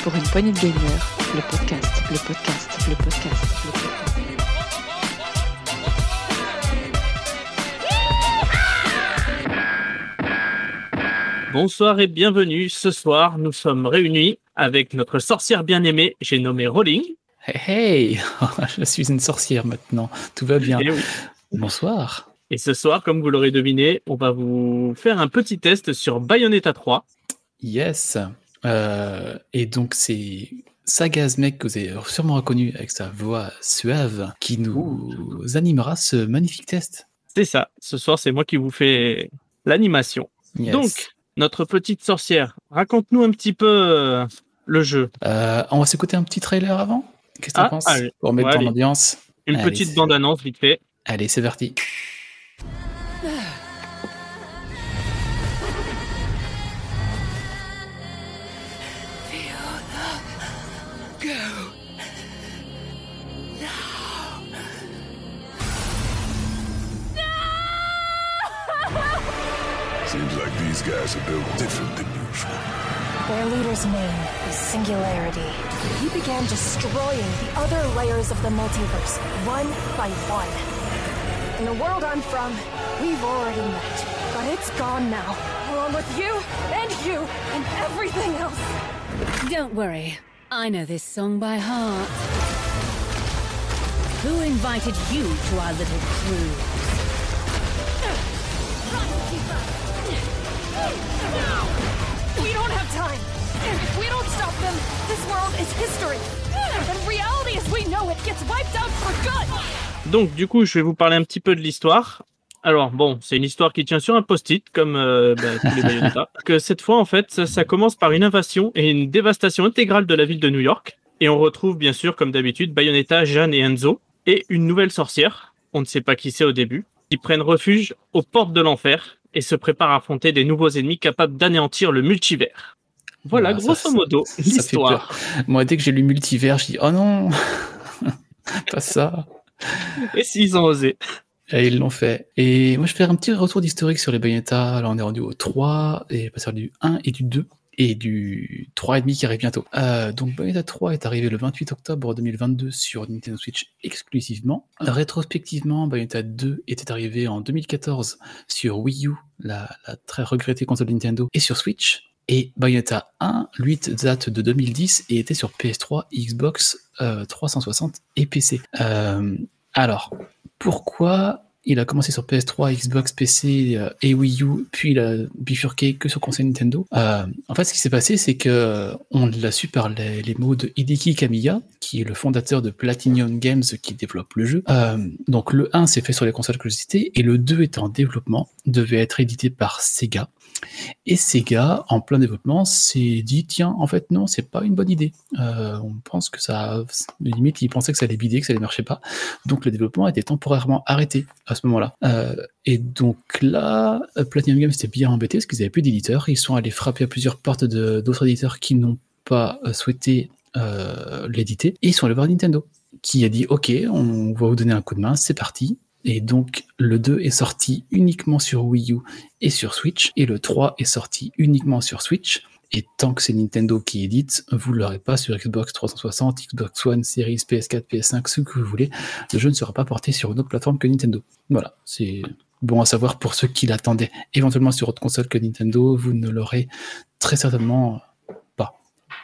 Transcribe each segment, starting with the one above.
pour une poignée de gamers, le podcast, le podcast, le podcast, le podcast. Bonsoir et bienvenue. Ce soir, nous sommes réunis avec notre sorcière bien-aimée, j'ai nommé Rolling. Hey, je suis une sorcière maintenant, tout va bien. Et oui. Bonsoir. Et ce soir, comme vous l'aurez deviné, on va vous faire un petit test sur Bayonetta 3. Yes. Et donc c'est Sagazmek, que vous avez sûrement reconnu avec sa voix suave, qui nous animera ce magnifique test. C'est ça. Ce soir, c'est moi qui vous fais l'animation. Yes. Donc, notre petite sorcière, raconte-nous un petit peu le jeu. On va s'écouter un petit trailer avant. Qu'est-ce que tu penses allez. pour mettre dans l'ambiance? Une petite bande-annonce vite fait. Allez, c'est parti. Seems like these guys are built different than usual. Their leader's name is Singularity. He began destroying the other layers of the multiverse, one by one. In the world I'm from, we've already met, but it's gone now, along with you and everything else. Don't worry, I know this song by heart. Who invited you to our little crew? We don't have time. If we don't stop them, this world is history. And reality as we know it gets wiped out for good. Donc, du coup, je vais vous parler un petit peu de l'histoire. Alors, bon, c'est une histoire qui tient sur un post-it, comme tous les Bayonetta. Que cette fois, en fait, ça commence par une invasion et une dévastation intégrale de la ville de New York. Et on retrouve, bien sûr, comme d'habitude, Bayonetta, Jeanne et Enzo. Et une nouvelle sorcière, on ne sait pas qui c'est au début, qui prennent refuge aux portes de l'enfer et se préparent à affronter des nouveaux ennemis capables d'anéantir le multivers. Voilà, grosso modo, l'histoire. Moi, dès que j'ai lu multivers, je dis « Oh non, pas ça !» Et s'ils ont osé. Et ils l'ont fait. Et moi, je vais faire un petit retour d'historique sur les Bayonetta. Là, on est rendu au 3, et passer du 1 et du 2, et du 3,5 qui arrive bientôt. Donc, Bayonetta 3 est arrivé le 28 octobre 2022 sur Nintendo Switch exclusivement. Rétrospectivement, Bayonetta 2 était arrivé en 2014 sur Wii U, la très regrettée console de Nintendo, et sur Switch. Et Bayonetta 1, lui, date de 2010 et était sur PS3, Xbox 360 et PC. Alors, pourquoi il a commencé sur PS3, Xbox, PC et Wii U, puis il a bifurqué que sur console Nintendo? En fait, ce qui s'est passé, c'est que on l'a su par les mots de Hideki Kamiya, qui est le fondateur de Platinum Games qui développe le jeu. Donc le 1 s'est fait sur les consoles que je citais, et le 2 est en développement, devait être édité par Sega. Et Sega, en plein développement, s'est dit tiens, en fait non, c'est pas une bonne idée. On pense que ça, limite, ils pensaient que ça allait bider, que ça allait marcher pas. Donc le développement a été temporairement arrêté à ce moment-là. Et donc là, Platinum Games s'était bien embêté parce qu'ils avaient plus d'éditeurs. Ils sont allés frapper à plusieurs portes d'autres éditeurs qui n'ont pas souhaité l'éditer. Et ils sont allés voir Nintendo, qui a dit ok, on va vous donner un coup de main, c'est parti. Et donc, le 2 est sorti uniquement sur Wii U et sur Switch, et le 3 est sorti uniquement sur Switch. Et tant que c'est Nintendo qui édite, vous ne l'aurez pas sur Xbox 360, Xbox One, Series, PS4, PS5, ce que vous voulez. Le jeu ne sera pas porté sur une autre plateforme que Nintendo. Voilà, c'est bon à savoir pour ceux qui l'attendaient éventuellement sur autre console que Nintendo. Vous ne l'aurez très certainement pas.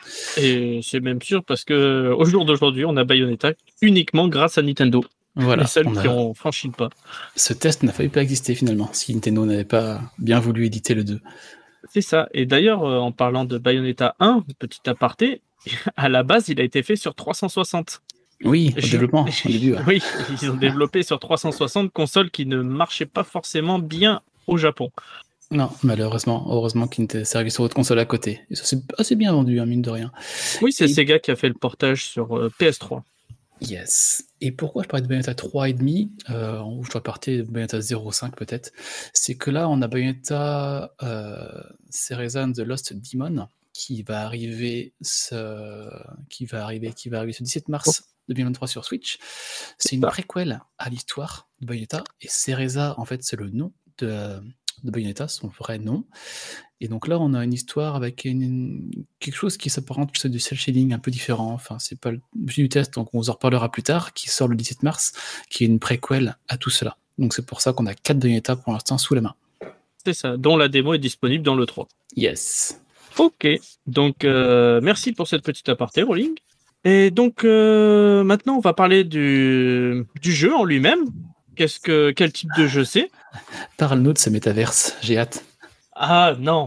Et c'est même sûr parce que au jour d'aujourd'hui, on a Bayonetta uniquement grâce à Nintendo. Voilà, les seuls qui ont franchi le pas. Ce test n'a failli pas exister finalement, si Nintendo n'avait pas bien voulu éditer le 2. C'est ça. Et d'ailleurs, en parlant de Bayonetta 1, petit aparté, à la base, il a été fait sur 360. Oui, au développement, au début. Ouais. Oui, ils ont développé sur 360, console qui ne marchait pas forcément bien au Japon. Non, malheureusement. Heureusement qu'il n'était servi sur votre console à côté. Et ça s'est assez bien vendu, hein, mine de rien. Oui, c'est Sega qui a fait le portage sur PS3. Yes. Et pourquoi je parlais de Bayonetta 3,5 où je dois partir de Bayonetta 0.5 peut-être, c'est que là on a Bayonetta Cereza and the Lost Demon qui va arriver ce 17 mars 2023 sur Switch. C'est une préquelle à l'histoire de Bayonetta, et Cereza en fait c'est le nom de Bayonetta, son vrai nom. Et donc là, on a une histoire avec quelque chose qui s'apparente plus à du cel shading un peu différent. Enfin, c'est pas le but du test, donc on vous en reparlera plus tard, qui sort le 17 mars, qui est une préquelle à tout cela. Donc c'est pour ça qu'on a 4 Bayonetta pour l'instant sous la main. C'est ça, dont la démo est disponible dans le 3. Yes. Ok, donc merci pour cette petite aparté, Rolling. Et donc maintenant, on va parler du jeu en lui-même. Quel type de jeu c'est? Parle-nous de ce métaverse, j'ai hâte. Ah non.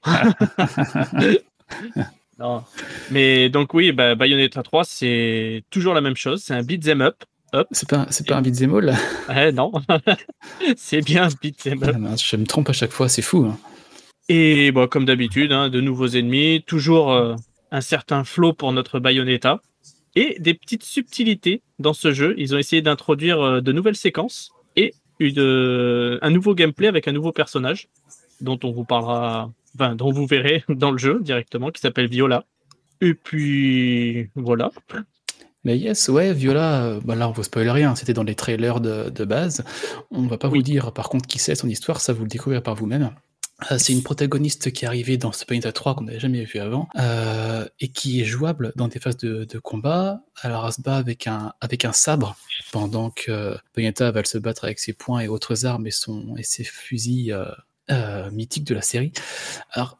Non. Mais donc oui, Bayonetta 3, c'est toujours la même chose. C'est un beat'em up. C'est pas un beat'em all? Non, c'est bien un beat'em up. Ah mince, je me trompe à chaque fois, c'est fou. Hein. Et comme d'habitude, de nouveaux ennemis, toujours un certain flow pour notre Bayonetta. Et des petites subtilités dans ce jeu. Ils ont essayé d'introduire de nouvelles séquences et un nouveau gameplay avec un nouveau personnage dont on vous parlera, dont vous verrez dans le jeu directement, qui s'appelle Viola. Et puis voilà. Mais yes, ouais, Viola, là on vous spoil rien, c'était dans les trailers de base. On va pas vous dire par contre qui c'est, son histoire, ça vous le découvrirez par vous-même. C'est une protagoniste qui est arrivée dans ce Bayonetta 3 qu'on n'avait jamais vu avant et qui est jouable dans des phases de combat. Alors elle se bat avec un sabre pendant que Bayonetta va se battre avec ses poings et autres armes et ses fusils mythiques de la série. Alors,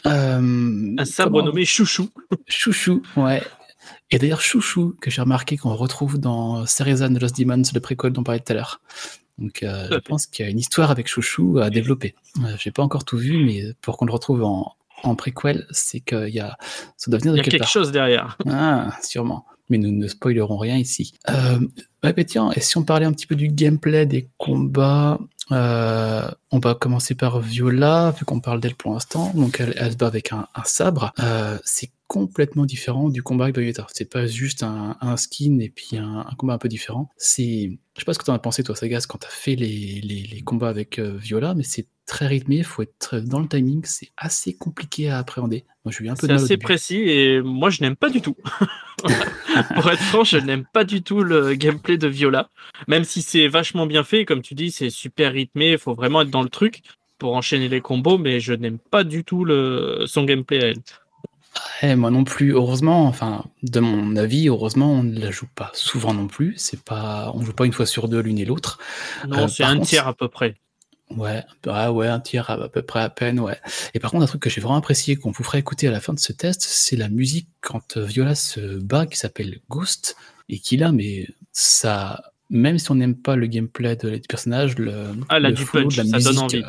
un sabre nommé Chouchou. Chouchou, ouais. Et d'ailleurs Chouchou, que j'ai remarqué qu'on retrouve dans Cereza and the Lost Demons, le préquel dont on parlait tout à l'heure. Donc je pense qu'il y a une histoire avec Chouchou à développer. J'ai pas encore tout vu, mais pour qu'on le retrouve en préquel, c'est ça doit venir de quelque part. Il y a quelque chose derrière. Ah, sûrement. Mais nous ne spoilerons rien ici. Tiens, et si on parlait un petit peu du gameplay des combats, on va commencer par Viola, vu qu'on parle d'elle pour l'instant. Donc elle se bat avec un sabre. C'est complètement différent du combat avec Bayonetta. C'est pas juste un skin et puis un combat un peu différent. Je sais pas ce que t'en as pensé toi, Sagas, quand t'as fait les combats avec Viola, mais c'est très rythmé, il faut être dans le timing, c'est assez compliqué à appréhender. Moi, j'ai eu un peu de mal au assez début. précis et moi je n'aime pas du tout. Pour être franc, je n'aime pas du tout le gameplay de Viola, même si c'est vachement bien fait, comme tu dis, c'est super rythmé, il faut vraiment être dans le truc pour enchaîner les combos, mais je n'aime pas du tout son gameplay à elle. Moi non plus, heureusement, enfin, de mon avis, heureusement, on ne la joue pas souvent non plus, on joue pas une fois sur deux l'une et l'autre. Non, c'est un tiers à peu près. Ouais, un tiers à peu près à peine, ouais. Et par contre, un truc que j'ai vraiment apprécié, qu'on vous fera écouter à la fin de ce test, c'est la musique quand Viola se bat, qui s'appelle Ghost, et qui là, mais ça, même si on n'aime pas le gameplay du personnage, le flow punch, de la ça musique, donne envie.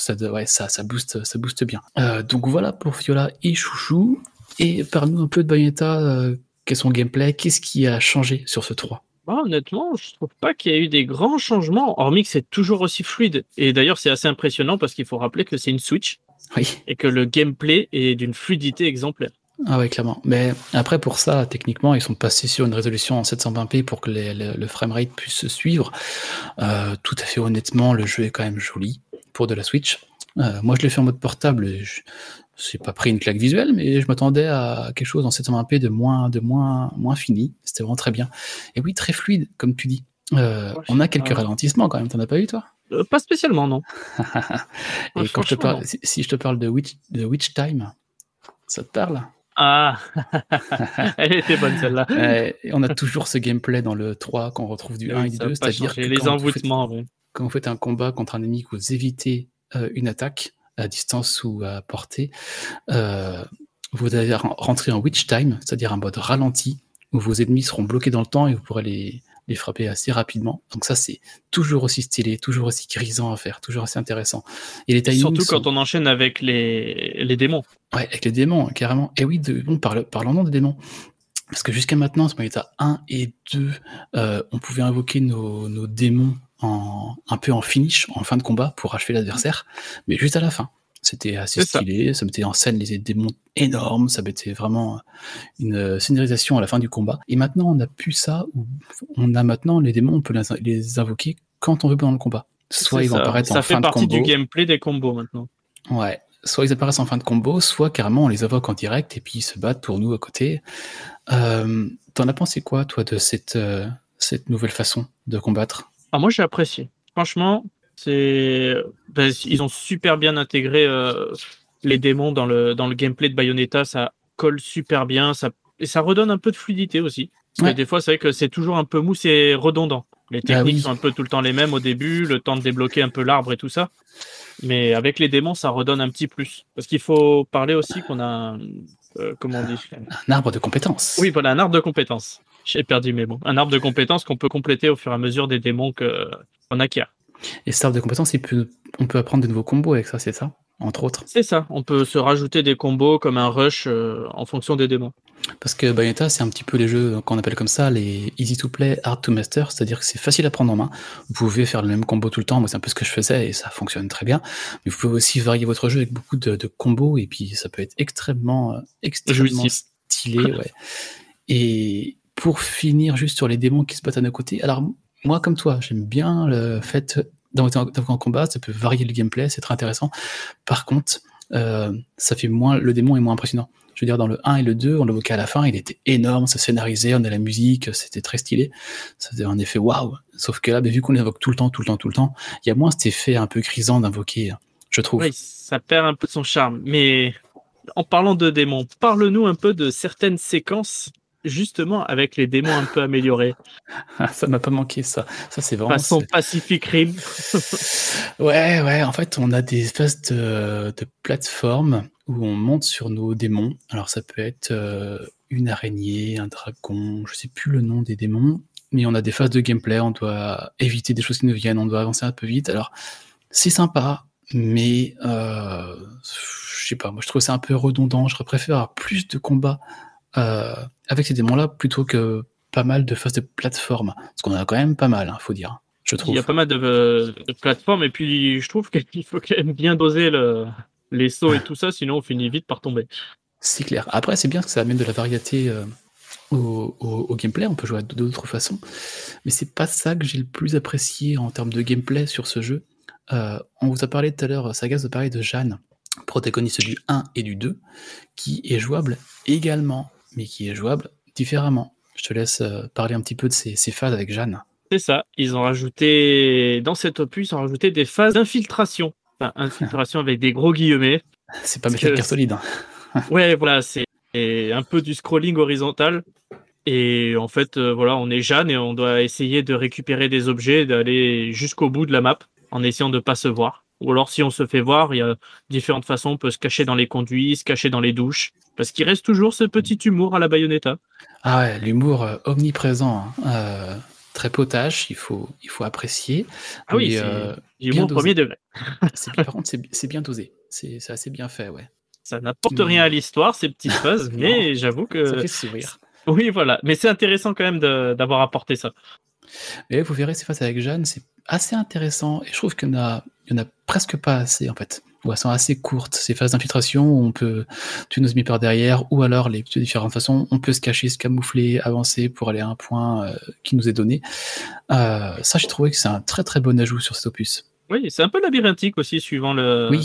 Ça booste bien. Donc voilà pour Viola et Chouchou. Et parle-nous un peu de Bayonetta, quel est son gameplay, qu'est-ce qui a changé sur ce 3 ? Honnêtement, je trouve pas qu'il y a eu des grands changements, hormis que c'est toujours aussi fluide. Et d'ailleurs, c'est assez impressionnant parce qu'il faut rappeler que c'est une Switch. Oui. Et que le gameplay est d'une fluidité exemplaire. Ah ouais, clairement. Mais après, pour ça, techniquement, ils sont passés sur une résolution en 720p pour que le framerate puisse se suivre. Tout à fait honnêtement, le jeu est quand même joli pour de la Switch. Moi, je l'ai fait en mode portable. J'ai pas pris une claque visuelle, mais je m'attendais à quelque chose en 720p de moins fini. C'était vraiment très bien. Et oui, très fluide, comme tu dis. On a quelques ralentissements quand même. T'en as pas eu, toi ? Pas spécialement, non. Et quand si je te parle de Witch Time, ça te parle ? Ah, elle était bonne celle-là. On a toujours ce gameplay dans le 3 qu'on retrouve du 1 et du 2, c'est-à-dire que les envoûtements, quand vous faites un combat contre un ennemi, que vous évitez une attaque à distance ou à portée, vous allez rentrer en Witch Time, c'est-à-dire un mode ralenti, où vos ennemis seront bloqués dans le temps et vous pourrez les frapper assez rapidement. Donc ça, c'est toujours aussi stylé, toujours aussi grisant à faire, toujours assez intéressant. Et les timings surtout quand on enchaîne avec les démons. Ouais, avec les démons, carrément. Et oui, parlons des démons. Parce que jusqu'à maintenant, sur Bayonetta 1 et 2, on pouvait invoquer nos démons un peu en finish, en fin de combat, pour achever l'adversaire, mais juste à la fin. C'était assez stylé, ça mettait en scène les démons énormes, ça mettait vraiment une scénarisation à la fin du combat. Et maintenant, on n'a plus ça, où on a maintenant les démons, on peut les invoquer quand on veut pendant le combat. Soit ils vont apparaître en fin de combo. Ça fait partie du gameplay des combos maintenant. Ouais, soit ils apparaissent en fin de combo, soit carrément on les invoque en direct et puis ils se battent pour nous à côté. T'en as pensé quoi, toi, de cette nouvelle façon de combattre ? Moi, j'ai apprécié. Franchement, ils ont super bien intégré les démons dans le gameplay de Bayonetta, ça colle super bien, et ça redonne un peu de fluidité aussi. Parce que des fois, c'est vrai que c'est toujours un peu mou, c'est redondant. Les techniques sont un peu tout le temps les mêmes au début, le temps de débloquer un peu l'arbre et tout ça. Mais avec les démons, ça redonne un petit plus. Parce qu'il faut parler aussi qu'on a comment on dit ? Un arbre de compétences. Oui, voilà, un arbre de compétences. J'ai perdu mes mots. Un arbre de compétences qu'on peut compléter au fur et à mesure des démons qu'on acquiert. Et cet arbre de compétences, on peut apprendre de nouveaux combos avec ça, c'est ça, entre autres. C'est ça, on peut se rajouter des combos comme un rush en fonction des démons. Parce que Bayonetta, c'est un petit peu les jeux qu'on appelle comme ça, les easy to play, hard to master, c'est-à-dire que c'est facile à prendre en main. Vous pouvez faire le même combo tout le temps, moi c'est un peu ce que je faisais et ça fonctionne très bien. Mais vous pouvez aussi varier votre jeu avec beaucoup de combos et puis ça peut être extrêmement stylé. Ouais. Et pour finir juste sur les démons qui se battent à nos côtés, alors moi comme toi, j'aime bien le fait d'invoquer en combat, ça peut varier le gameplay, c'est très intéressant. Par contre, ça fait le démon est moins impressionnant. Je veux dire, dans le 1 et le 2, on l'invoquait à la fin, il était énorme, ça scénarisait, on a la musique, c'était très stylé. Ça faisait un effet waouh. Sauf que là, vu qu'on l'invoque tout le temps, il y a moins cet effet un peu grisant d'invoquer, je trouve. Oui, ça perd un peu de son charme. Mais en parlant de démons, parle-nous un peu de certaines séquences, justement, avec les démons un peu améliorés. Ça m'a pas manqué, ça. Ça, c'est vraiment... Façon Pacific Rim. Ouais, en fait, on a des espèces de plateformes où on monte sur nos démons. Alors, ça peut être une araignée, un dragon, je sais plus le nom des démons, mais on a des phases de gameplay, on doit éviter des choses qui nous viennent, on doit avancer un peu vite. Alors, c'est sympa, mais je sais pas, moi je trouve ça un peu redondant. Je préfère avoir plus de combats avec ces démons-là plutôt que pas mal de phases de plateforme. Parce qu'on en a quand même pas mal, faut dire, je trouve. Il y a pas mal de plateformes, et puis je trouve qu'il faut quand même bien doser les sauts et tout ça, sinon on finit vite par tomber. C'est clair. Après, c'est bien que ça amène de la variété au gameplay, on peut jouer d'autres façons, mais c'est pas ça que j'ai le plus apprécié en termes de gameplay sur ce jeu. On vous a parlé tout à l'heure, Saga vous a parlé de Jeanne, protagoniste du 1 et du 2, qui est jouable également, mais qui est jouable différemment. Je te laisse parler un petit peu de ces phases avec Jeanne. C'est ça, ils ont rajouté, dans cet opus, ils ont rajouté des phases d'infiltration. Enfin, infiltration avec des gros guillemets. C'est pas Metal Gear Solid. Ouais, voilà, c'est un peu du scrolling horizontal. Et en fait, voilà, on est Jeanne et on doit essayer de récupérer des objets, d'aller jusqu'au bout de la map en essayant de ne pas se voir. Ou alors, si on se fait voir, il y a différentes façons. On peut se cacher dans les conduits, se cacher dans les douches. Parce qu'il reste toujours ce petit humour à la Bayonetta. Ah ouais, l'humour omniprésent. Très potache, il faut apprécier. Ah oui, c'est humour premier degré. Par contre, c'est bien dosé. C'est assez bien fait, ouais. Ça n'apporte rien à l'histoire, ces petites phases, mais j'avoue que... Ça fait sourire. Oui, voilà. Mais c'est intéressant quand même d'avoir apporté ça. Et vous verrez ces phases avec Jeanne, c'est assez intéressant. Et je trouve qu'il y en a presque pas assez, en fait. Ou elles sont assez courtes, ces phases d'infiltration où on peut tuer nos ennemis par derrière, ou alors de différentes façons, on peut se cacher, se camoufler, avancer pour aller à un point qui nous est donné. Ça, j'ai trouvé que c'est un très très bon ajout sur cet opus. Oui, c'est un peu labyrinthique aussi, suivant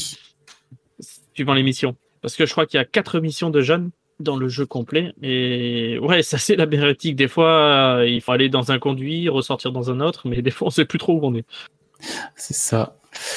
les missions. Parce que je crois qu'il y a 4 missions de Jeanne dans le jeu complet. Et ouais, c'est assez labyrinthique. Des fois, il faut aller dans un conduit, ressortir dans un autre, mais des fois, on sait plus trop où on est. C'est ça.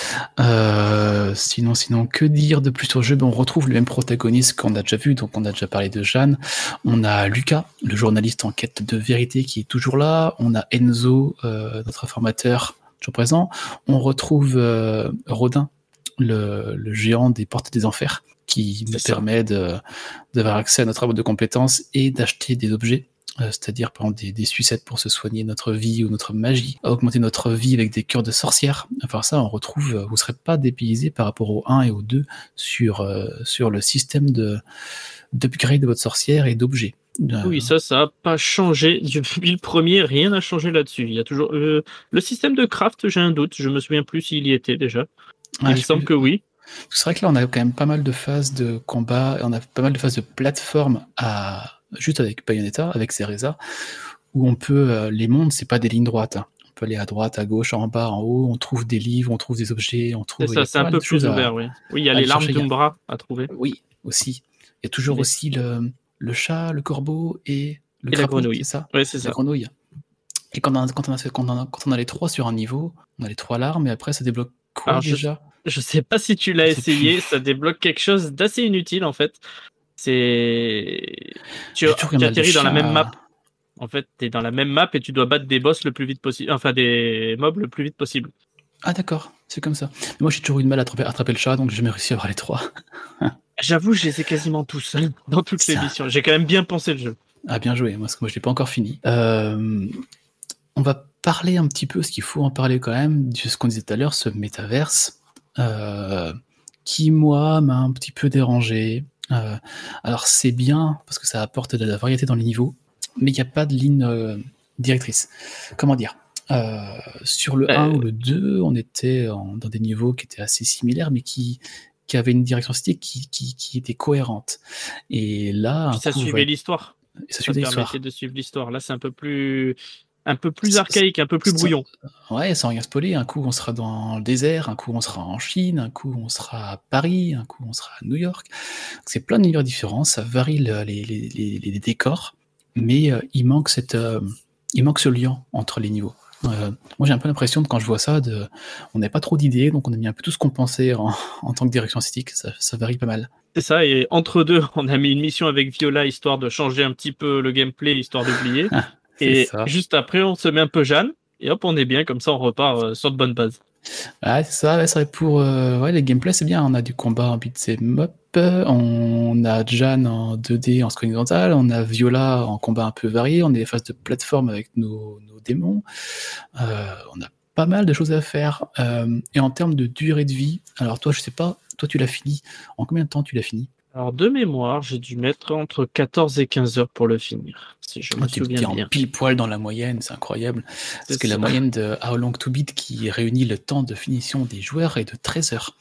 Sinon, que dire de plus sur le jeu? On retrouve le même protagoniste qu'on a déjà vu, donc on a déjà parlé de Jeanne. On a Lucas, le journaliste en quête de vérité, qui est toujours là. On a Enzo, notre informateur, toujours présent. On retrouve Rodin, le géant des portes des enfers, qui nous permet d'avoir accès à notre arbre de compétences et d'acheter des objets. C'est-à-dire par exemple des sucettes pour se soigner notre vie ou notre magie, augmenter notre vie avec des cœurs de sorcière. Enfin ça, on retrouve, vous ne serez pas dépaysé par rapport au 1 et au 2 sur le système d'upgrade de votre sorcière et d'objets. Oui, ça n'a pas changé. Depuis le premier, rien n'a changé là-dessus. Il y a toujours le système de craft, j'ai un doute. Je me souviens plus s'il y était déjà. Il me semble que oui. C'est vrai que là, on a quand même pas mal de phases de combat, et on a pas mal de phases de plateforme juste avec Bayonetta, avec Cereza, où on peut, les mondes, c'est pas des lignes droites. On peut aller à droite, à gauche, en bas, en haut, on trouve des livres, on trouve des objets, on trouve... C'est ça, c'est un peu plus ouvert, oui. Oui, il y a les larmes d'Umbra à trouver. Oui, aussi. Il y a toujours aussi le chat, le corbeau et le crapaud, la grenouille. C'est ça? Oui, c'est ça. La grenouille. Et quand on a les 3 sur un niveau, on a les 3 larmes, et après ça débloque quoi déjà? Je sais pas si tu l'as Je sais essayé, ça débloque quelque chose d'assez inutile en fait. C'est tu J'ai toujours eu tu mal de atterris dans la même chat. map. En fait, t'es dans la même map et tu dois battre des boss le plus vite possible, enfin des mobs le plus vite possible. Ah d'accord, c'est comme ça. Mais moi j'ai toujours eu de mal à attraper le chat, donc j'ai jamais réussi à avoir les 3. J'avoue, je les ai quasiment tous dans toutes les Ça. missions. J'ai quand même bien pensé le jeu. Ah bien joué, parce que moi je l'ai pas encore fini. On va parler un petit peu, ce qu'il faut en parler quand même, de ce qu'on disait tout à l'heure, ce métaverse, qui moi m'a un petit peu dérangé. Alors c'est bien, parce que ça apporte de la variété dans les niveaux, mais il n'y a pas de ligne directrice. Comment dire sur le 1 ou le 2, on était dans des niveaux qui étaient assez similaires, mais qui avaient une direction artistique qui était cohérente. Et là, Puis ça suivait l'histoire. ça Ça suivait l'histoire. permettait de suivre l'histoire. Là, c'est un peu plus C'est- archaïque, un peu plus brouillon. Ouais, sans rien spoiler, un coup on sera dans le désert, un coup on sera en Chine, un coup on sera à Paris, un coup on sera à New York. C'est plein d'univers différents, ça varie les décors, mais il manque ce lien entre les niveaux. Moi j'ai un peu l'impression que quand je vois ça, on n'avait pas trop d'idées, donc on a mis un peu tout ce qu'on pensait en tant que direction artistique, ça varie pas mal. C'est ça, et entre deux, on a mis une mission avec Viola, histoire de changer un petit peu le gameplay, histoire d'oublier. C'est Et ça. juste après, on se met un peu Jeanne, et hop, on est bien, comme ça on repart sur de bonnes bases. Ouais, c'est ça, ouais, c'est vrai pour les gameplays, c'est bien. On a du combat en beat'em up, on a Jeanne en 2D en scrolling horizontal, on a Viola en combat un peu varié, on a des phases de plateforme avec nos démons. On a pas mal de choses à faire. Et en termes de durée de vie, alors toi, je sais pas, toi tu l'as fini. En combien de temps tu l'as fini? Alors, de mémoire, j'ai dû mettre entre 14 et 15 heures pour le finir, si je me T'es souviens en bien. pile poil dans la moyenne, c'est incroyable. Parce C'est que la ça. moyenne de How Long to Beat qui réunit le temps de finition des joueurs est de 13 heures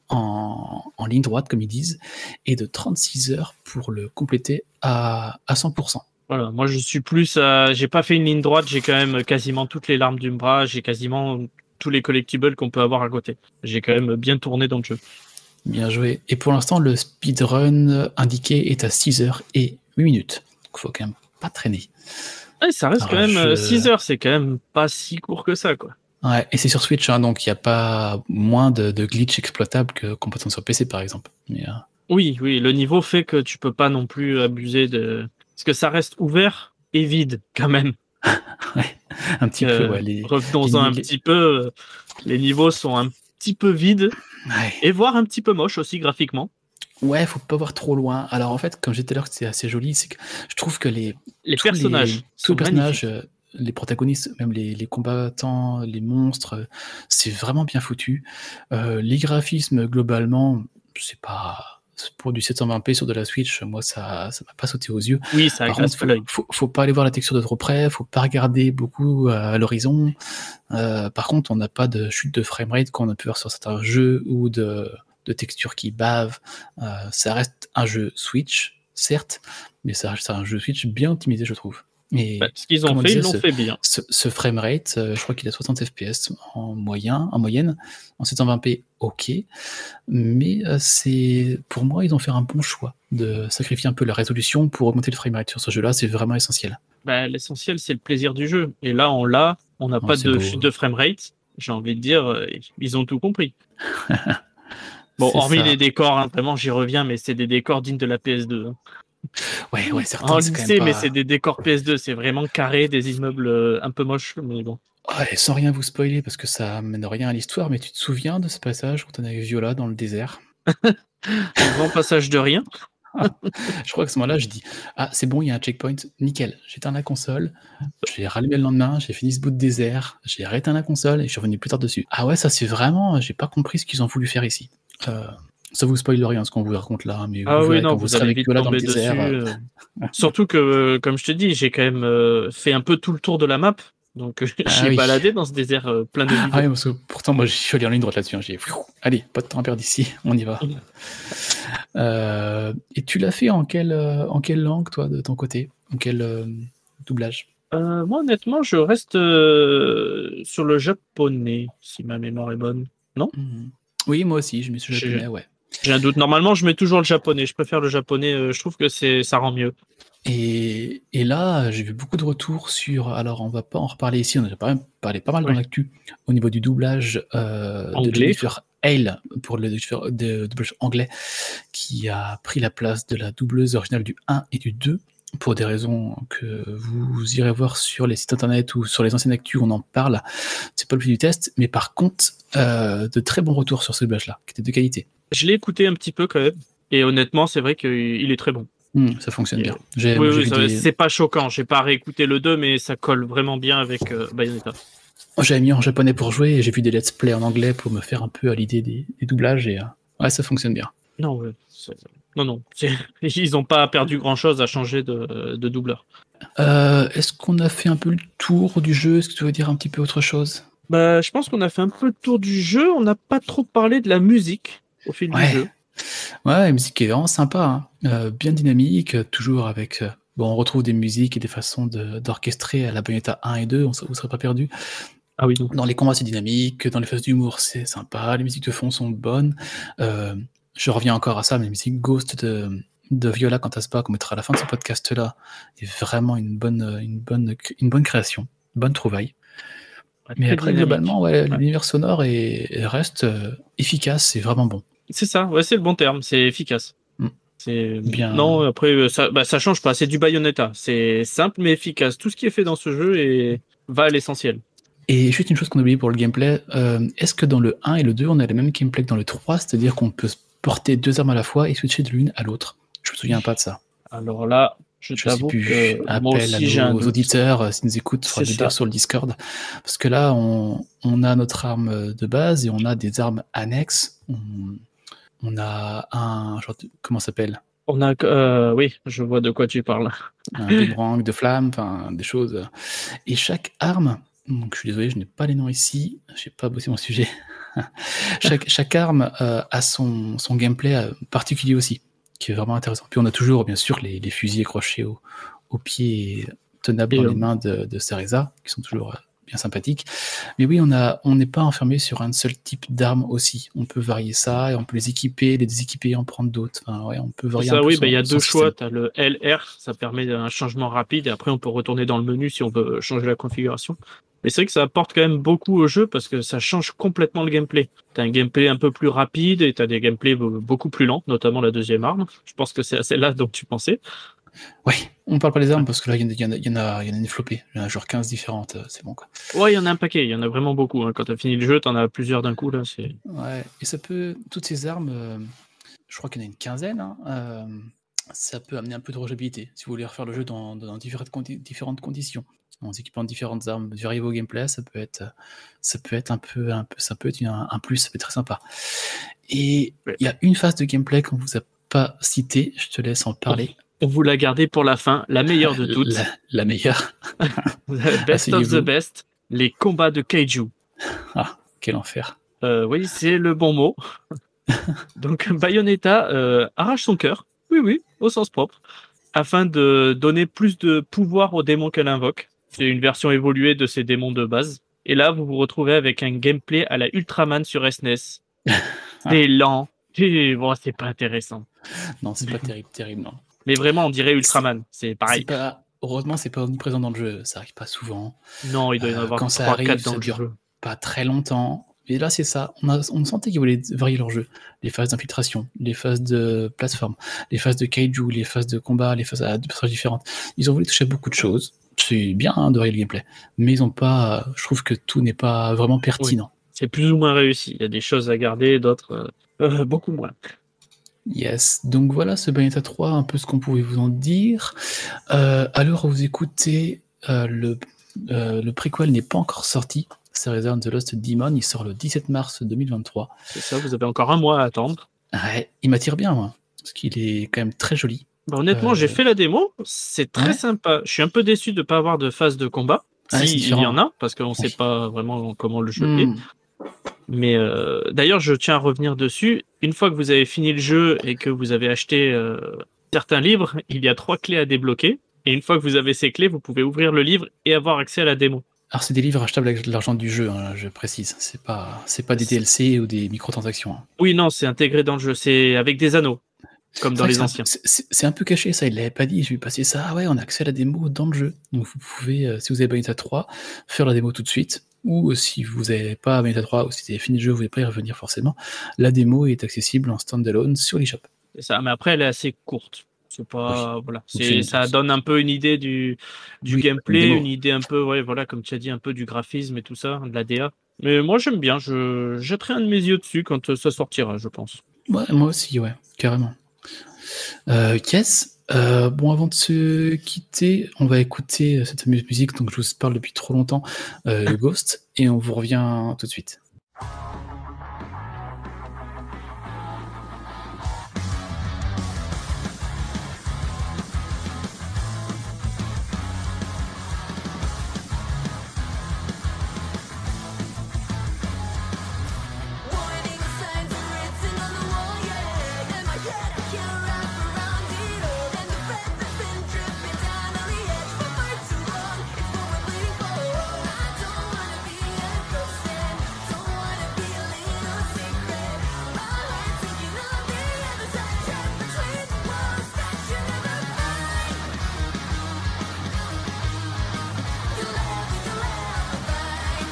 en ligne droite, comme ils disent, et de 36 heures pour le compléter à 100%. Voilà, moi je suis plus j'ai pas fait une ligne droite, j'ai quand même quasiment toutes les larmes du bras, j'ai quasiment tous les collectibles qu'on peut avoir à côté. J'ai quand même bien tourné dans le jeu. Bien joué. Et pour l'instant, le speedrun indiqué est à 6 heures et 8 minutes. Donc faut quand même pas traîner. Ouais, ça reste Alors, quand même 6 heures, c'est quand même pas si court que ça, quoi. Ouais, et c'est sur Switch, hein, donc il n'y a pas moins de glitch exploitables qu'on peut sur PC, par exemple. Mais, Oui, le niveau fait que tu peux pas non plus abuser de... Parce que ça reste ouvert et vide, quand même. ouais, un petit peu, ouais. Revenons-en un petit peu, les niveaux sont un petit peu vides, ouais. et voire un petit peu moches aussi graphiquement. Ouais, faut pas voir trop loin. Alors en fait, comme j'ai dit tout à l'heure que c'est assez joli, c'est que je trouve que les personnages tous les personnages, les protagonistes, même les combattants, les monstres, c'est vraiment bien foutu. Les graphismes, globalement, c'est pas... Pour du 720p sur de la Switch, moi, ça m'a pas sauté aux yeux. Oui, ça agresse pas l'œil. Faut pas aller voir la texture de trop près, faut pas regarder beaucoup à l'horizon. Par contre, on n'a pas de chute de framerate qu'on a pu voir sur certains jeux ou de textures qui bavent. Ça reste un jeu Switch, certes, mais ça reste un jeu Switch bien optimisé, je trouve. Et ce qu'ils ont fait, ils l'ont fait bien. Ce framerate, je crois qu'il a 60 fps en moyenne, en 720p, ok, mais pour moi, ils ont fait un bon choix de sacrifier un peu la résolution pour augmenter le framerate sur ce jeu-là, c'est vraiment essentiel. L'essentiel, c'est le plaisir du jeu. Et là, on n'a pas de chute de framerate. J'ai envie de dire, ils ont tout compris. Bon, hormis les décors, hein, vraiment, j'y reviens, mais c'est des décors dignes de la PS2. Hein. Ouais, certains, c'est quand même pas... mais c'est des décors PS2, c'est vraiment carré, des immeubles un peu moches, mais bon. Ouais, sans rien vous spoiler, parce que ça mène rien à l'histoire, mais tu te souviens de ce passage quand on est avec Viola dans le désert? Un grand passage de rien. Je crois que à ce moment-là, je dis c'est bon, il y a un checkpoint, nickel. J'éteins la console, j'ai rallumé le lendemain, j'ai fini ce bout de désert, j'ai rééteint la console et je suis revenu plus tard dessus. Ah ouais, ça c'est vraiment, j'ai pas compris ce qu'ils ont voulu faire ici. Ça vous spoil rien ce qu'on vous raconte là, mais vous verrez quand vous serez avec Viola dans le désert. Surtout que, comme je te dis, j'ai quand même fait un peu tout le tour de la map. Donc j'ai baladé dans ce désert plein de vides. Ah oui, parce que pourtant moi je suis allé en ligne droite là-dessus. Hein. J'ai allez, pas de temps à perdre ici, on y va. Et tu l'as fait en quelle langue toi de ton côté? En quel doublage? Moi honnêtement je reste sur le japonais, si ma mémoire est bonne. Non? Oui, moi aussi, je mets sur le japonais, ouais. J'ai un doute. Normalement je mets toujours le japonais. Je préfère le japonais, je trouve que ça rend mieux. Et là, j'ai vu beaucoup de retours sur... Alors, on va pas en reparler ici, on a déjà parlé pas mal dans l'actu au niveau du doublage de Hale pour le doublage anglais, qui a pris la place de la doubleuse originale du 1 et du 2, pour des raisons que vous irez voir sur les sites internet ou sur les anciennes actus, on en parle. C'est pas le but du test, mais par contre, de très bons retours sur ce doublage-là, qui était de qualité. Je l'ai écouté un petit peu quand même, et honnêtement, c'est vrai qu'il est très bon. Ça fonctionne bien. C'est pas choquant, j'ai pas réécouté le 2, mais ça colle vraiment bien avec Bayonetta. J'avais mis en japonais pour jouer, et j'ai vu des let's play en anglais pour me faire un peu à l'idée des doublages, et ouais, ça fonctionne bien. Non, ils n'ont pas perdu grand-chose à changer de doubleur. Est-ce qu'on a fait un peu le tour du jeu? Est-ce que tu veux dire un petit peu autre chose? Je pense qu'on a fait un peu le tour du jeu. On n'a pas trop parlé de la musique au fil du jeu. Ouais, la musique est vraiment sympa, hein. Bien dynamique, toujours avec... on retrouve des musiques et des façons d'orchestrer à la Bayonetta 1 et 2, vous ne serez pas perdu. Ah oui. Dans les combats, c'est dynamique, dans les phases d'humour, c'est sympa, les musiques de fond sont bonnes. Je reviens encore à ça, mais la musique Ghost de Viola Cantaspa, qu'on mettra à la fin de ce podcast-là, est vraiment une bonne création, une bonne trouvaille. Mais après, globalement, l'univers sonore reste efficace, c'est vraiment bon. C'est ça, c'est le bon terme, c'est efficace. C'est bien. Non, après, ça change pas, c'est du Bayonetta. C'est simple mais efficace. Tout ce qui est fait dans ce jeu va à l'essentiel. Et juste une chose qu'on a oublié pour le gameplay, est-ce que dans le 1 et le 2, on a le même gameplay que dans le 3, c'est-à-dire qu'on peut porter 2 armes à la fois et switcher de l'une à l'autre? Je me souviens pas de ça. Alors là, je t'avoue que moi aussi j'ai un doute. Auditeurs, s'ils nous écoutent, il faudra le dire sur le Discord. Parce que là, on a notre arme de base et on a des armes annexes. On a un genre de... Comment ça s'appelle? On a... oui, je vois de quoi tu parles. Un boomerang de flamme, enfin des choses. Et chaque arme... Donc je suis désolé, je n'ai pas les noms ici. Je n'ai pas bossé mon sujet. chaque arme a son gameplay particulier aussi, qui est vraiment intéressant. Puis on a toujours, bien sûr, les fusils accrochés aux pieds tenables dans les mains de Cereza, qui sont toujours bien sympathiques. Mais oui, on n'est pas enfermé sur un seul type d'arme aussi. On peut varier ça, et on peut les équiper, les déséquiper et en prendre d'autres. Enfin, ouais, on peut varier ça, un peu oui, il y a deux choix. système. Tu as le LR, ça permet un changement rapide, et après on peut retourner dans le menu si on veut changer la configuration. Mais c'est vrai que ça apporte quand même beaucoup au jeu parce que ça change complètement le gameplay. T'as un gameplay un peu plus rapide et t'as des gameplays beaucoup plus lents, notamment la deuxième arme. Je pense que c'est à celle-là dont tu pensais. Oui, on ne parle pas des armes parce que là, il y en a une flopée. Il y en a genre 15 différentes, c'est bon quoi. Ouais, il y en a un paquet, il y en a vraiment beaucoup. Quand t'as fini le jeu, t'en as plusieurs d'un coup. Là, c'est... Ouais, et ça peut, toutes ces armes, je crois qu'il y en a une quinzaine, ça peut amener un peu de rejouabilité si vous voulez refaire le jeu dans différentes conditions. En s'équipant de différentes armes, varier vos gameplay, ça peut être un plus, ça peut être très sympa. Et il y a une phase de gameplay qu'on vous a pas citée, je te laisse en parler. On vous l'a gardé pour la fin, la meilleure de toutes. La meilleure. Best of the best, les combats de Kaiju. Ah, quel enfer. Oui, c'est le bon mot. Donc Bayonetta arrache son cœur, oui, au sens propre, afin de donner plus de pouvoir aux démons qu'elle invoque. C'est une version évoluée de ces démons de base. Et là, vous vous retrouvez avec un gameplay à la Ultraman sur SNES. C'est lent. Bon, c'est pas intéressant. Non, c'est pas terrible, non. Mais vraiment, on dirait Ultraman. C'est pareil. Heureusement, c'est pas omniprésent dans le jeu. Ça arrive pas souvent. Non, il doit y en avoir quand ça arrive, 3-4 dans ça le dure jeu. Pas très longtemps. Et là, c'est ça. On sentait qu'ils voulaient varier leur jeu. Les phases d'infiltration, les phases de plateforme, les phases de kaiju, les phases de combat, les phases de personnages différentes. Ils ont voulu toucher à beaucoup de choses. C'est bien de varier le gameplay. Mais ils ont pas. Je trouve que tout n'est pas vraiment pertinent. Oui. C'est plus ou moins réussi. Il y a des choses à garder, d'autres beaucoup moins. Yes. Donc voilà, ce Bayonetta 3, un peu ce qu'on pouvait vous en dire. À l'heure où vous écoutez, le préquel n'est pas encore sorti. Cereza and the Lost Demon, il sort le 17 mars 2023. C'est ça, vous avez encore un mois à attendre. Ouais, il m'attire bien, moi, parce qu'il est quand même très joli. Bah, honnêtement, j'ai fait la démo, c'est très sympa. Je suis un peu déçu de ne pas avoir de phase de combat. Si, il y en a, parce qu'on ne sait pas vraiment comment le jeu est. Mais d'ailleurs, je tiens à revenir dessus. Une fois que vous avez fini le jeu et que vous avez acheté certains livres, il y a 3 clés à débloquer. Et une fois que vous avez ces clés, vous pouvez ouvrir le livre et avoir accès à la démo. Alors c'est des livres achetables avec de l'argent du jeu, hein, je précise. C'est pas des DLC ou des microtransactions. Hein. Oui, non, c'est intégré dans le jeu. C'est avec des anneaux, comme dans les anciens. C'est un peu caché, ça. Il l'avait pas dit. Je lui ai passé ça. Ah ouais, on a accès à la démo dans le jeu. Donc vous pouvez, si vous avez Bayonetta 3, faire la démo tout de suite. ou si vous n'avez pas Bayonetta 3 ou si vous avez fini le jeu, vous ne voulez pas y revenir forcément, la démo est accessible en standalone sur l'eShop. C'est ça, mais après, elle est assez courte. C'est pas, voilà. Ça C'est- donne un peu une idée du Oui, gameplay, une démo. une idée un peu, ouais, voilà, comme tu as dit, un peu du graphisme et tout ça, de la DA. Mais moi, j'aime bien. Je jetterai un de mes yeux dessus quand ça sortira, je pense. Ouais, moi aussi, ouais, carrément. Yes. Bon, avant de se quitter, on va écouter cette fameuse musique dont je vous parle depuis trop longtemps, Ghost, et on vous revient tout de suite. Warning signs are written on the wall, yeah. In my head, I can't wrap around it all. And the thread that's been dripping down on the edge for far too long. It's what we're bleeding for. I don't wanna be a ghost and don't wanna be a little secret. My heart's thinking of the other side, trapped between the walls that you never find. You'll ever find.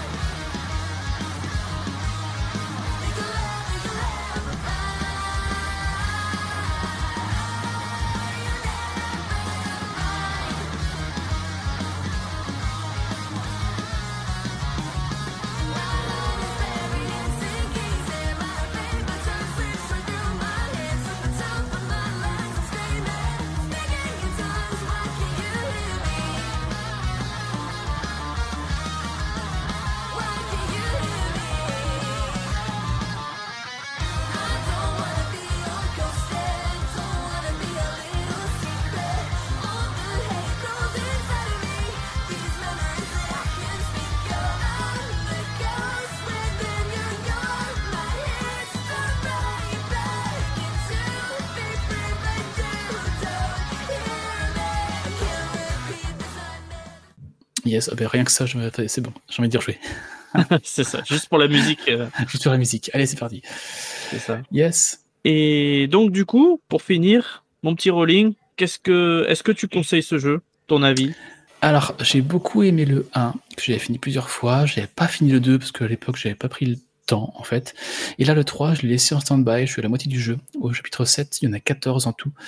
Yes, ah ben rien que ça, c'est bon, j'ai envie de dire jouer. C'est ça, juste pour la musique, Juste sur la musique. Allez, c'est parti. c'est ça. Yes. Et donc, du coup, pour finir, mon petit Rolling, est-ce que tu conseilles ce jeu, ton avis? Alors, j'ai beaucoup aimé le 1, que j'avais fini plusieurs fois. J'avais pas fini le 2 parce qu'à l'époque, j'avais pas pris le temps, en fait. Et là, le 3, je l'ai laissé en stand-by. Je suis à la moitié du jeu. Au chapitre 7, il y en a 14 en tout.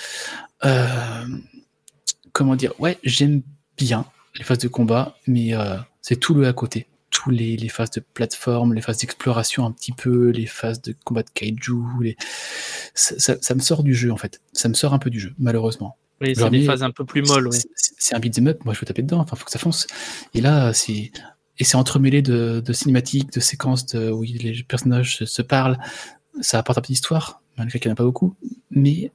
Comment dire? Ouais, j'aime bien les phases de combat, mais c'est tout le à côté. Tous les phases de plateforme, les phases d'exploration un petit peu, les phases de combat de kaiju, ça me sort du jeu, en fait. Ça me sort un peu du jeu, malheureusement. Oui, c'est Genre, des mais phases un peu plus molles, oui. c'est un beat'em up, moi je veux taper dedans, enfin faut que ça fonce. Et là, c'est entremêlé de cinématiques, de séquences où les personnages se parlent, ça apporte un peu d'histoire, malgré qu'il n'y en a pas beaucoup, mais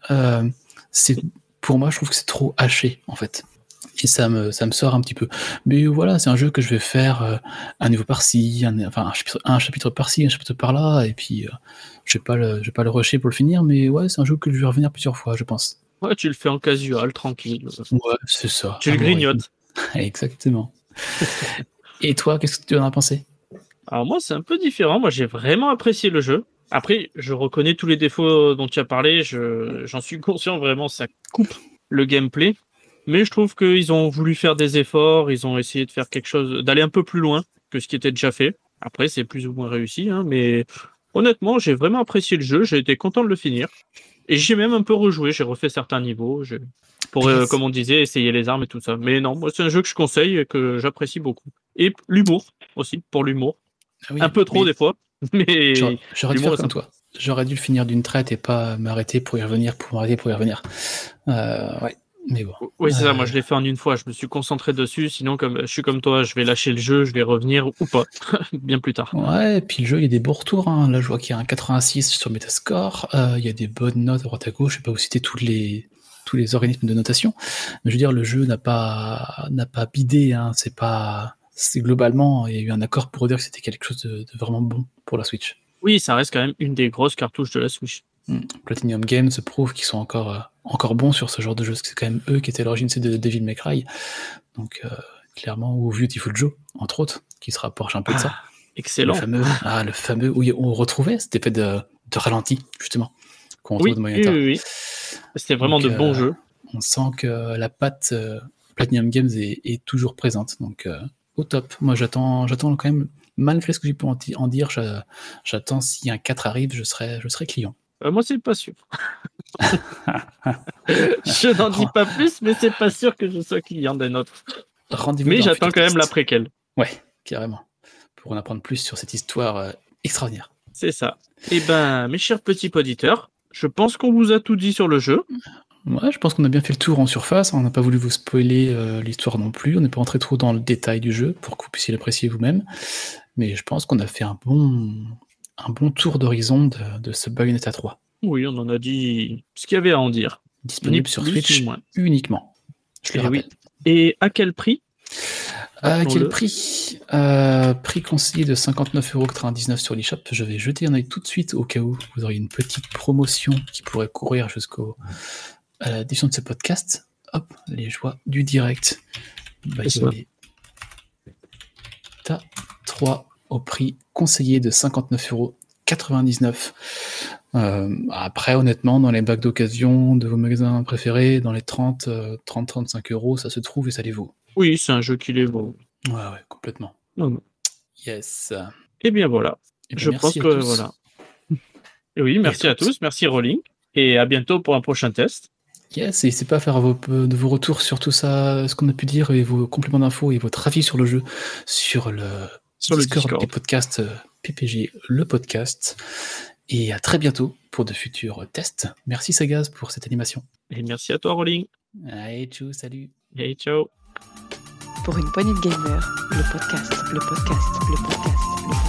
pour moi je trouve que c'est trop haché en fait. Et ça me sort un petit peu. Mais voilà, c'est un jeu que je vais faire un niveau par-ci, un chapitre par-ci, un chapitre par-là, et puis je vais pas le rusher pour le finir, mais ouais, c'est un jeu que je vais revenir plusieurs fois, je pense. Ouais, tu le fais en casual, tranquille. Ouais, c'est ça. Tu le grignotes. Exactement. Et toi, qu'est-ce que tu en as pensé? Alors moi, c'est un peu différent. Moi, j'ai vraiment apprécié le jeu. Après, je reconnais tous les défauts dont tu as parlé. J'en suis conscient, vraiment, ça coupe le gameplay. Mais je trouve qu'ils ont voulu faire des efforts. Ils ont essayé de faire quelque chose, d'aller un peu plus loin que ce qui était déjà fait. Après, c'est plus ou moins réussi, hein, mais honnêtement, j'ai vraiment apprécié le jeu. J'ai été content de le finir. Et j'ai même un peu rejoué. J'ai refait certains niveaux. Pour, comme on disait, essayer les armes et tout ça. Mais non, moi, c'est un jeu que je conseille et que j'apprécie beaucoup. Et l'humour aussi, pour l'humour. Ah oui, Un peu trop des fois, mais J'aurais dû l'humour faire est comme sympa. toi. J'aurais dû le finir d'une traite et pas m'arrêter pour y revenir, ouais, mais bon. Oui, c'est ça, moi je l'ai fait en une fois, je me suis concentré dessus, sinon comme je suis comme toi, je vais lâcher le jeu, je vais revenir ou pas, bien plus tard. Ouais, et puis le jeu, il y a des beaux retours. Hein. Là, je vois qu'il y a un 86 sur Metascore. Il y a des bonnes notes à droite à gauche. Je ne vais pas vous citer tous les organismes de notation. Mais je veux dire, le jeu n'a pas bidé. Hein. C'est globalement, il y a eu un accord pour dire que c'était quelque chose de vraiment bon pour la Switch. Oui, ça reste quand même une des grosses cartouches de la Switch. Platinum Games se prouve qu'ils sont encore bons sur ce genre de jeu, parce que c'est quand même eux qui étaient à l'origine de Devil May Cry. Donc, clairement, ou Beautiful Joe, entre autres, qui se rapproche un peu de ça. Excellent. Le fameux où on retrouvait cet effet de ralenti, justement, qu'on retrouve de Bayonetta. Oui. C'était vraiment de bons jeux. On sent que la patte Platinum Games est toujours présente, donc au top. Moi, j'attends quand même malgré ce que je peux en dire, j'attends si un 4 arrive, je serai client. Moi, c'est pas sûr. Je n'en dis pas plus, mais c'est pas sûr que je sois client d'un autre. Rendez-vous Mais dans j'attends quand même Futurecast. l'après-quel. Ouais, carrément. Pour en apprendre plus sur cette histoire extraordinaire. C'est ça. Eh ben, mes chers petits auditeurs, je pense qu'on vous a tout dit sur le jeu. Ouais, je pense qu'on a bien fait le tour en surface. On n'a pas voulu vous spoiler l'histoire non plus. On n'est pas entré trop dans le détail du jeu pour que vous puissiez l'apprécier vous-même. Mais je pense qu'on a fait un bon tour d'horizon de ce Bayonetta 3. Oui, on en a dit ce qu'il y avait à en dire. Disponible Ni sur plus, Switch ni moins. uniquement. Je le Eh oui. rappelle. Et à quel prix? À Rappelons-le. quel prix Prix conseillé de 59,99€ sur l'eShop. Je vais jeter un œil tout de suite au cas où vous auriez une petite promotion qui pourrait courir à la diffusion de ce podcast. Hop, les joies du direct. Bayonetta 3 au prix conseillé de 59,99€. Après, honnêtement, dans les bacs d'occasion de vos magasins préférés, dans les 30-35€, ça se trouve et ça les vaut. Oui, c'est un jeu qui les vaut. Ouais, complètement. Non, non. Yes. Eh bien voilà. Eh bien, Je merci pense à que tous. voilà. Et oui, merci à tous, merci Rolling, et à bientôt pour un prochain test. Yes, n'hésitez pas à faire de vos retours sur tout ça, ce qu'on a pu dire, et vos compléments d'infos et votre avis sur le jeu sur le Discord du podcast PPG, le podcast. Et à très bientôt pour de futurs tests. Merci Sagaz pour cette animation. Et merci à toi Rolling. Allez, tchou, salut. Et ciao. Pour une poignée de gamers, le podcast, le podcast, le podcast, le podcast.